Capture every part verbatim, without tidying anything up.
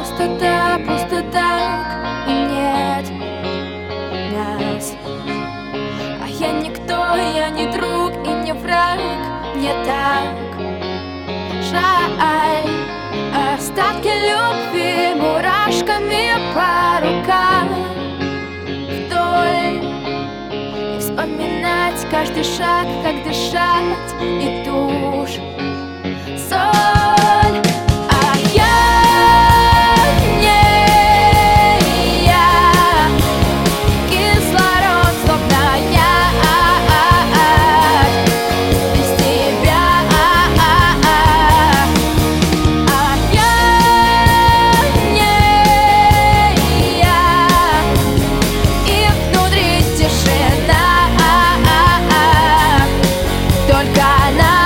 Пустота, пустота, и нет нас. А я никто, я не друг и не враг. Мне так жаль. Остатки любви мурашками по рукам вдоль. И вспоминать каждый шаг, как дышать и тушь, соль. А я не я, кислород, словно я без тебя. А я не я, и внутри тишина, только она.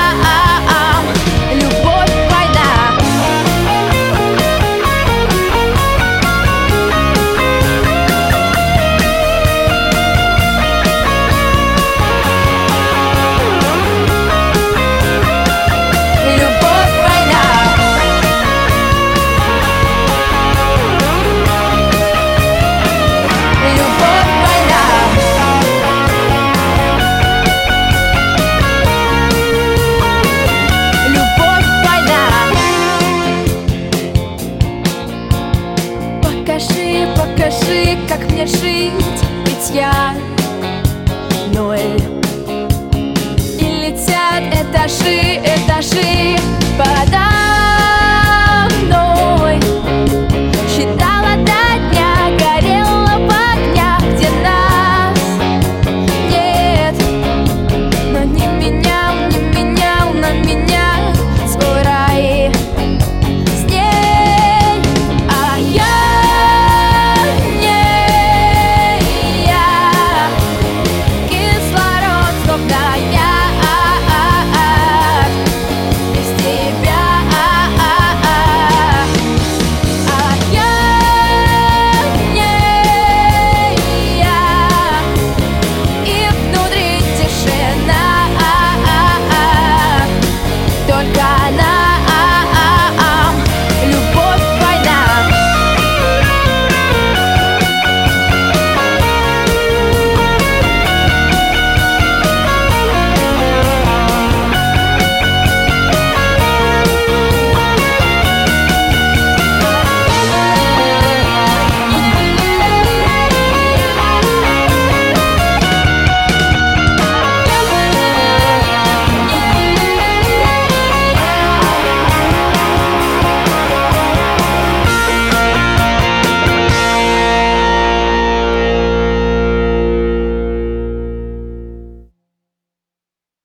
Покажи, покажи, как мне жить, ведь я ноль. И летят этажи, этажи подо